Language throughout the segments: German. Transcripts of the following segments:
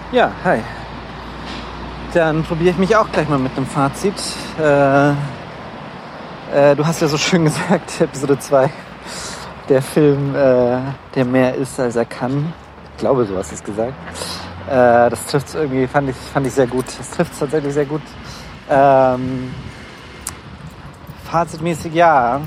Ja, hi. Dann probiere ich mich auch gleich mal mit einem Fazit. Du hast ja so schön gesagt, Episode 2, der Film, der mehr ist, als er kann. Ich glaube, so hast du es gesagt. Das trifft es irgendwie, fand ich sehr gut. Das trifft es tatsächlich sehr gut. Fazitmäßig ja.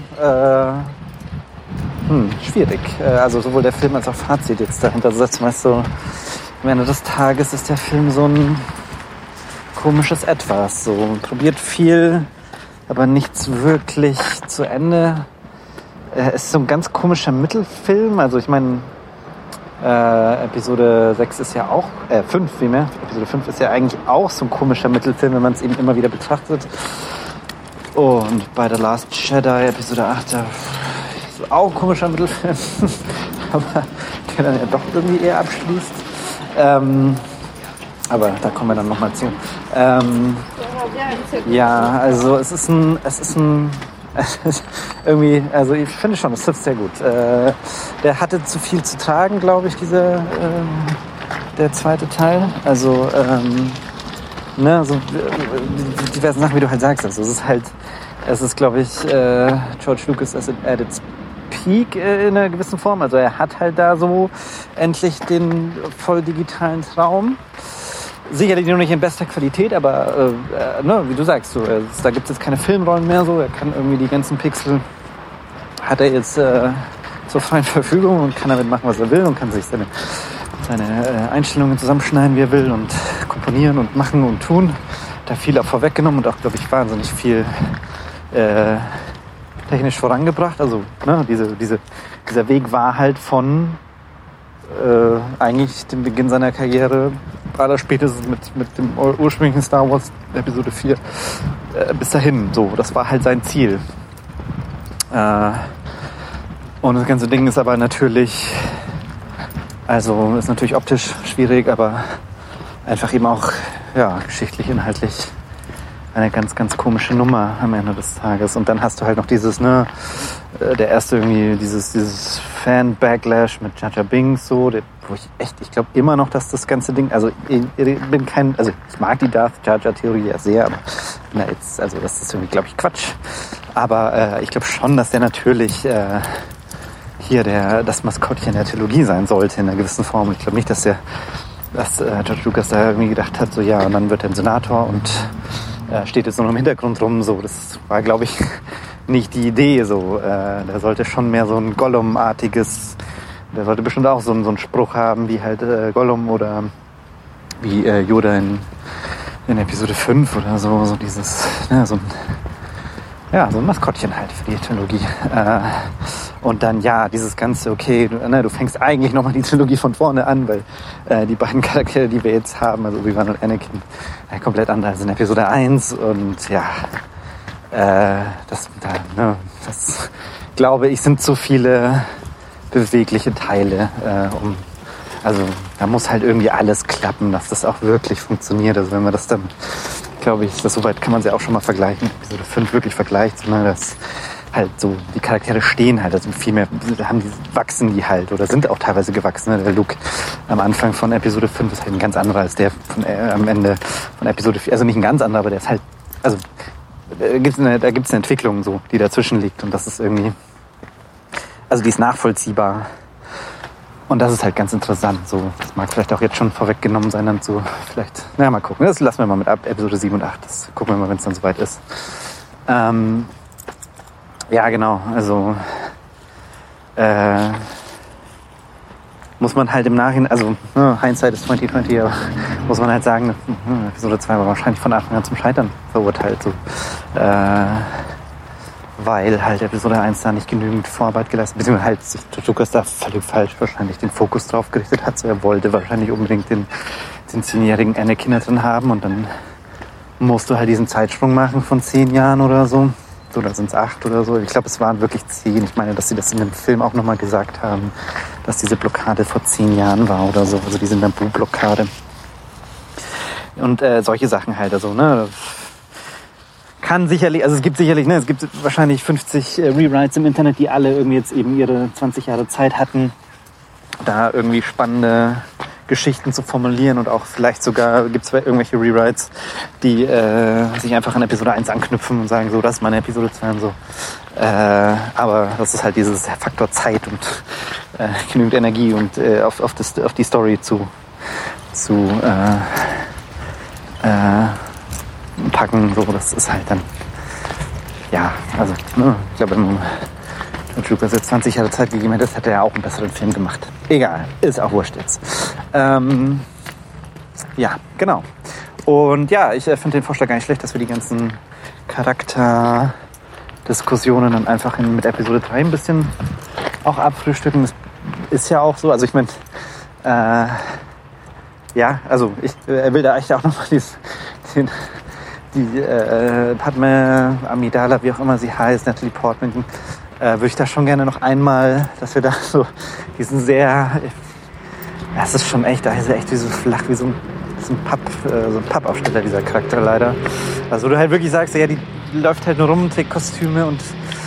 Schwierig. Also sowohl der Film als auch Fazit jetzt dahinter setzen. Weißt du, am Ende des Tages ist der Film so ein komisches Etwas. So probiert viel, aber nichts wirklich zu Ende. Es ist so ein ganz komischer Mittelfilm. Also ich meine, Episode 6 ist ja auch, 5 vielmehr. Episode 5 ist ja eigentlich auch so ein komischer Mittelfilm, wenn man es eben immer wieder betrachtet. Und bei The Last Jedi, Episode 8, da ist auch ein komischer Mittelfilm. Aber der dann ja doch irgendwie eher abschließt. Aber da kommen wir dann nochmal zu. Ja, also es ist irgendwie, also ich finde schon, es trifft sehr gut. Der hatte zu viel zu tragen, glaube ich, der zweite Teil. Also, so die diversen Sachen, wie du halt sagst. Also es ist, glaube ich, George Lucas at its peak in einer gewissen Form. Also er hat halt da so endlich den voll digitalen Traum. Sicherlich nur nicht in bester Qualität, aber wie du sagst, so, da gibt es jetzt keine Filmrollen mehr. So, er kann irgendwie die ganzen Pixel, hat er jetzt zur freien Verfügung und kann damit machen, was er will und kann sich seine Einstellungen zusammenschneiden, wie er will und komponieren und machen und tun. Da viel auch vorweggenommen und auch, glaube ich, wahnsinnig viel technisch vorangebracht. Also dieser Weg war halt von eigentlich dem Beginn seiner Karriere, allerspätestens mit dem ursprünglichen Star Wars Episode 4 bis dahin. So, das war halt sein Ziel. Und das ganze Ding ist aber natürlich, also ist natürlich optisch schwierig, aber einfach eben auch geschichtlich, inhaltlich eine ganz, ganz komische Nummer am Ende des Tages. Und dann hast du halt noch dieses, der erste irgendwie, dieses Fan-Backlash mit Jar Jar Binks, so, wo ich glaube immer noch, dass das ganze Ding, also ich mag die Darth Jar Jar Theorie ja sehr, aber das ist irgendwie, glaube ich, Quatsch. Aber ich glaube schon, dass der natürlich hier das Maskottchen der Trilogie sein sollte in einer gewissen Form. Ich glaube nicht, dass George Lucas da irgendwie gedacht hat, so ja, und dann wird er ein Senator und steht jetzt nur noch im Hintergrund rum. So, das war, glaube ich, nicht die Idee. So, der sollte schon mehr so ein Gollum-artiges, der sollte bestimmt auch so einen Spruch haben, wie halt Gollum oder wie Yoda in Episode 5 oder so dieses, so ein Maskottchen halt für die Trilogie. Und dann, dieses Ganze, okay, du fängst eigentlich nochmal die Trilogie von vorne an, weil die beiden Charaktere, die wir jetzt haben, also Obi-Wan und Anakin, komplett anders als in Episode 1. Und das glaube ich, sind zu viele bewegliche Teile, also da muss halt irgendwie alles klappen, dass das auch wirklich funktioniert. Also wenn man das dann, glaube ich, soweit kann man sie auch schon mal vergleichen, Episode 5 wirklich vergleicht, sondern das halt so, die Charaktere stehen halt, also viel mehr wachsen die halt oder sind auch teilweise gewachsen. Der Luke am Anfang von Episode 5 ist halt ein ganz anderer als der am Ende von Episode 4. Also nicht ein ganz anderer, aber der ist halt, also da gibt's eine Entwicklung so, die dazwischen liegt und das ist irgendwie, also die ist nachvollziehbar und das ist halt ganz interessant. So, das mag vielleicht auch jetzt schon vorweggenommen sein, dann so vielleicht, mal gucken. Das lassen wir mal mit ab, Episode 7 und 8. Das gucken wir mal, wenn es dann soweit ist. Ja, genau, also muss man halt im Nachhinein, also Hindsight ist 2020, aber muss man halt sagen, Episode 2 war wahrscheinlich von Anfang an zum Scheitern verurteilt, so, weil halt Episode 1 da nicht genügend Vorarbeit geleistet, beziehungsweise halt sich Lucas da völlig falsch wahrscheinlich den Fokus drauf gerichtet hat, so er wollte wahrscheinlich unbedingt den 10-jährigen Anakin drin haben und dann musst du halt diesen Zeitsprung machen von 10 Jahren oder so. Oder sind es 8 oder so? Ich glaube, es waren wirklich 10. Ich meine, dass sie das in dem Film auch nochmal gesagt haben, dass diese Blockade vor 10 Jahren war oder so. Also diese Naboo-Blockade. Und solche Sachen halt. Also, kann sicherlich, also es gibt wahrscheinlich 50 Rewrites im Internet, die alle irgendwie jetzt eben ihre 20 Jahre Zeit hatten, da irgendwie spannende Geschichten zu formulieren und auch vielleicht sogar gibt es irgendwelche Rewrites, die sich einfach an Episode 1 anknüpfen und sagen, so, das ist meine Episode 2 und so. Aber das ist halt dieses Faktor Zeit und genügend Energie und auf die Story zu packen. So, das ist halt dann, ja, also ich glaube, wenn Lucas jetzt 20 Jahre Zeit gegeben hätte, hätte er auch einen besseren Film gemacht. Egal, ist auch wurscht jetzt. Ja, genau. Und ja, ich finde den Vorschlag gar nicht schlecht, dass wir die ganzen Charakterdiskussionen dann einfach mit Episode 3 ein bisschen auch abfrühstücken. Das ist ja auch so, also ich meine, ja, also ich will da echt auch nochmal die Padme Amidala, wie auch immer sie heißt, Natalie Portman, würde ich da schon gerne noch einmal, dass wir da so diesen das ist schon echt, da ist er echt wie so flach, wie so ein Pappaufsteller, dieser Charakter leider. Also du halt wirklich sagst, ja, die läuft halt nur rum, trägt Kostüme und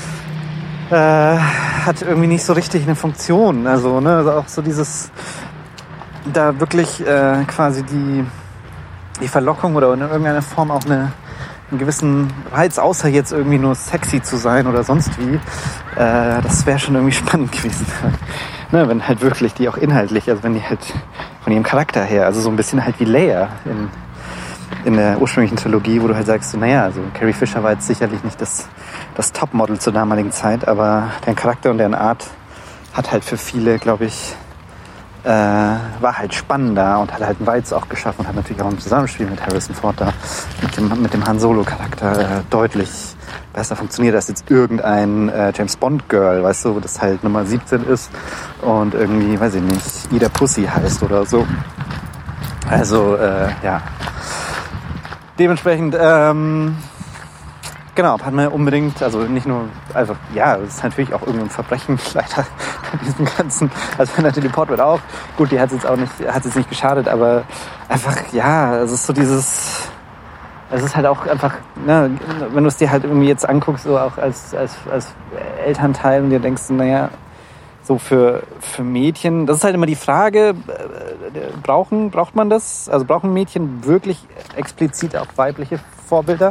hat irgendwie nicht so richtig eine Funktion. Also, ne, also auch so dieses, da wirklich quasi die Verlockung oder in irgendeiner Form auch einen gewissen Reiz, außer jetzt irgendwie nur sexy zu sein oder sonst wie, das wäre schon irgendwie spannend gewesen. Ne, wenn halt wirklich die auch inhaltlich, also wenn die halt von ihrem Charakter her, also so ein bisschen halt wie Leia in der ursprünglichen Trilogie, wo du halt sagst, so, naja, also Carrie Fisher war jetzt sicherlich nicht das Topmodel zur damaligen Zeit, aber deren Charakter und deren Art hat halt für viele, glaube ich, war halt spannender und hat halt einen Reiz auch geschaffen und hat natürlich auch im Zusammenspiel mit Harrison Ford da, mit dem Han Solo-Charakter deutlich besser funktioniert als jetzt irgendein James Bond-Girl, weißt du, wo das halt Nummer 17 ist und irgendwie, weiß ich nicht, Ida Pussy heißt oder so. Also, ja. Dementsprechend, genau, hat man unbedingt, also nicht nur, also ja, es ist natürlich auch irgendwie ein Verbrechen, leider, diesen ganzen, also Natalie Portman auch, gut, die hat es jetzt nicht geschadet, aber einfach, ja, es ist so dieses, es ist halt auch einfach, ne, wenn du es dir halt irgendwie jetzt anguckst, so auch als Elternteil und dir denkst, naja, so für Mädchen, das ist halt immer die Frage, braucht man das? Also brauchen Mädchen wirklich explizit auch weibliche Vorbilder?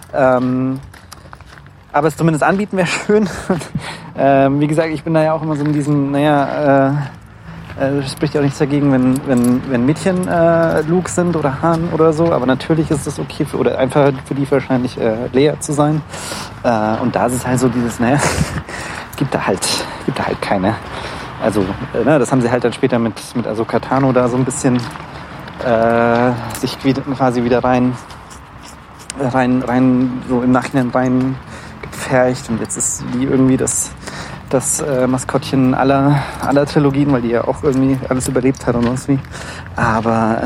Aber es zumindest anbieten wäre schön. Wie gesagt, ich bin da ja auch immer so in diesem, spricht ja auch nichts dagegen, wenn Mädchen Luke sind oder Han oder so, aber natürlich ist es okay oder einfach für die wahrscheinlich Leia zu sein. Und da ist es halt so dieses, gibt da halt keine. Also, das haben sie halt dann später mit Ahsoka Tano da so ein bisschen sich quasi wieder rein so im Nachhinein rein gepfercht und jetzt ist die irgendwie das Maskottchen aller Trilogien, weil die ja auch irgendwie alles überlebt hat und sonst wie. Aber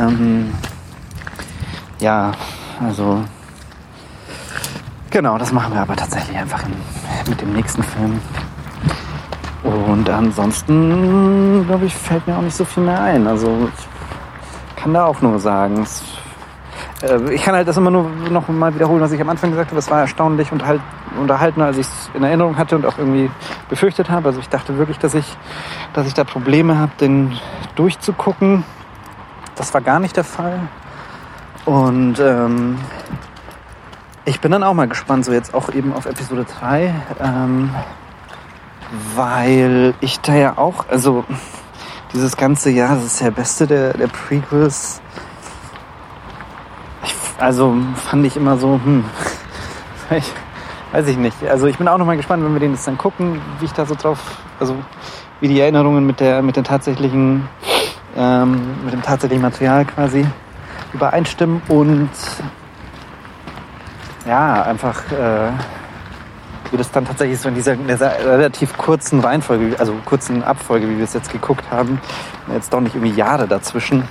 ja, also genau, das machen wir aber tatsächlich einfach mit dem nächsten Film. Und ansonsten, glaube ich, fällt mir auch nicht so viel mehr ein. Also ich kann da auch nur sagen, ich kann halt das immer nur noch mal wiederholen, was ich am Anfang gesagt habe. Das war erstaunlich und halt unterhaltener, als ich es in Erinnerung hatte und auch irgendwie befürchtet habe. Also ich dachte wirklich, dass ich da Probleme habe, den durchzugucken. Das war gar nicht der Fall. Und ich bin dann auch mal gespannt, so jetzt auch eben auf Episode 3, weil ich da ja auch, also dieses ganze Jahr, das ist ja der beste der Prequels. Also fand ich immer so, weiß ich nicht. Also ich bin auch noch mal gespannt, wenn wir den jetzt dann gucken, wie ich da so drauf, also wie die Erinnerungen mit dem tatsächlichen Material quasi übereinstimmen und ja, einfach wie das dann tatsächlich so in dieser relativ kurzen Reihenfolge, also kurzen Abfolge, wie wir es jetzt geguckt haben, jetzt doch nicht irgendwie Jahre dazwischen,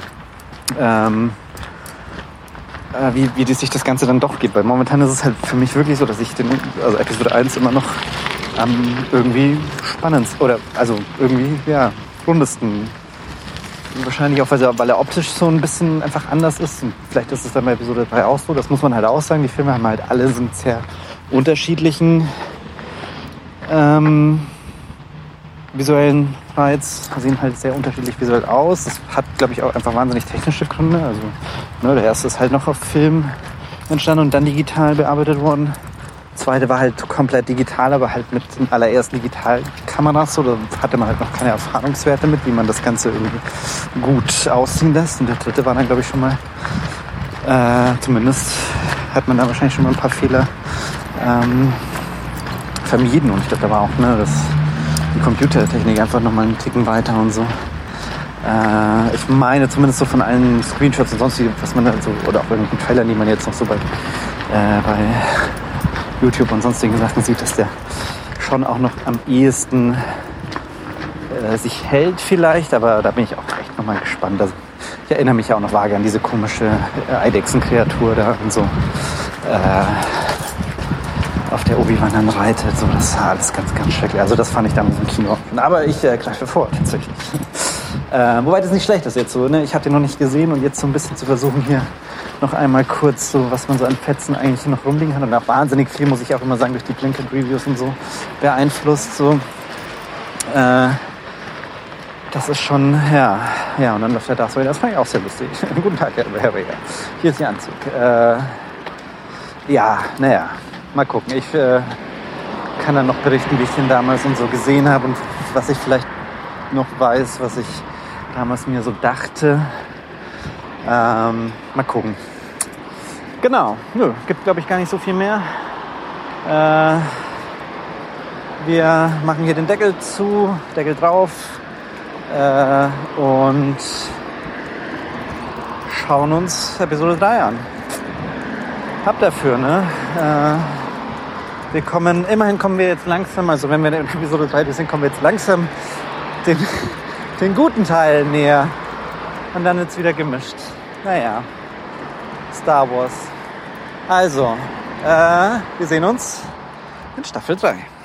wie sich das Ganze dann doch gibt. Weil momentan ist es halt für mich wirklich so, dass ich also Episode 1 immer noch irgendwie spannendsten oder also irgendwie, ja, rundesten. Wahrscheinlich auch, weil er optisch so ein bisschen einfach anders ist. Und vielleicht ist es dann bei Episode 3 auch so. Das muss man halt auch sagen. Die Filme haben halt alle sind sehr unterschiedlichen visuellen Reiz, sehen halt sehr unterschiedlich visuell aus. Das hat, glaube ich, auch einfach wahnsinnig technische Gründe. Also der erste ist halt noch auf Film entstanden und dann digital bearbeitet worden. Der zweite war halt komplett digital, aber halt mit den allerersten Digitalkameras. So, da hatte man halt noch keine Erfahrungswerte mit, wie man das Ganze irgendwie gut aussehen lässt. Und der dritte war dann, glaube ich, schon mal, zumindest hat man da wahrscheinlich schon mal ein paar Fehler vermieden. Und ich glaube, da war auch die Computertechnik einfach nochmal einen Ticken weiter und so. Ich meine, zumindest so von allen Screenshots und sonst, was man da so, oder auch irgendwelchen Trailern, die man jetzt noch so bei YouTube und sonstigen Sachen sieht, dass der schon auch noch am ehesten sich hält vielleicht, aber da bin ich auch echt nochmal gespannt. Also, ich erinnere mich ja auch noch vage an diese komische Eidechsenkreatur da und so. Auf der Obi-Wan dann reitet, so, das war alles ganz, ganz schrecklich. Also das fand ich damals im Kino. Aber ich greife vor, tatsächlich. Wobei das nicht schlecht ist jetzt so, ne? Ich hatte ihn noch nicht gesehen und jetzt so ein bisschen zu versuchen, hier noch einmal kurz so, was man so an Fetzen eigentlich noch rumliegen kann. Und auch wahnsinnig viel, muss ich auch immer sagen, durch die Blinked-Reviews und so beeinflusst. So. Das ist schon, ja, und dann läuft der Darth Vader. Das fand ich auch sehr lustig. Guten Tag, Herr Vader. Hier ist Ihr Anzug. Mal gucken. Ich kann dann noch berichten, wie ich den damals und so gesehen habe und was ich vielleicht noch weiß, was ich damals mir so dachte. Mal gucken. Genau. Gibt, glaube ich, gar nicht so viel mehr. Wir machen hier den Deckel zu, Deckel drauf und schauen uns Episode 3 an. Hab dafür, ne? Immerhin kommen wir jetzt langsam, also wenn wir in Episode 3 sind, kommen wir jetzt langsam den guten Teil näher. Und dann wird's wieder gemischt. Naja, Star Wars. Also, wir sehen uns in Staffel 3.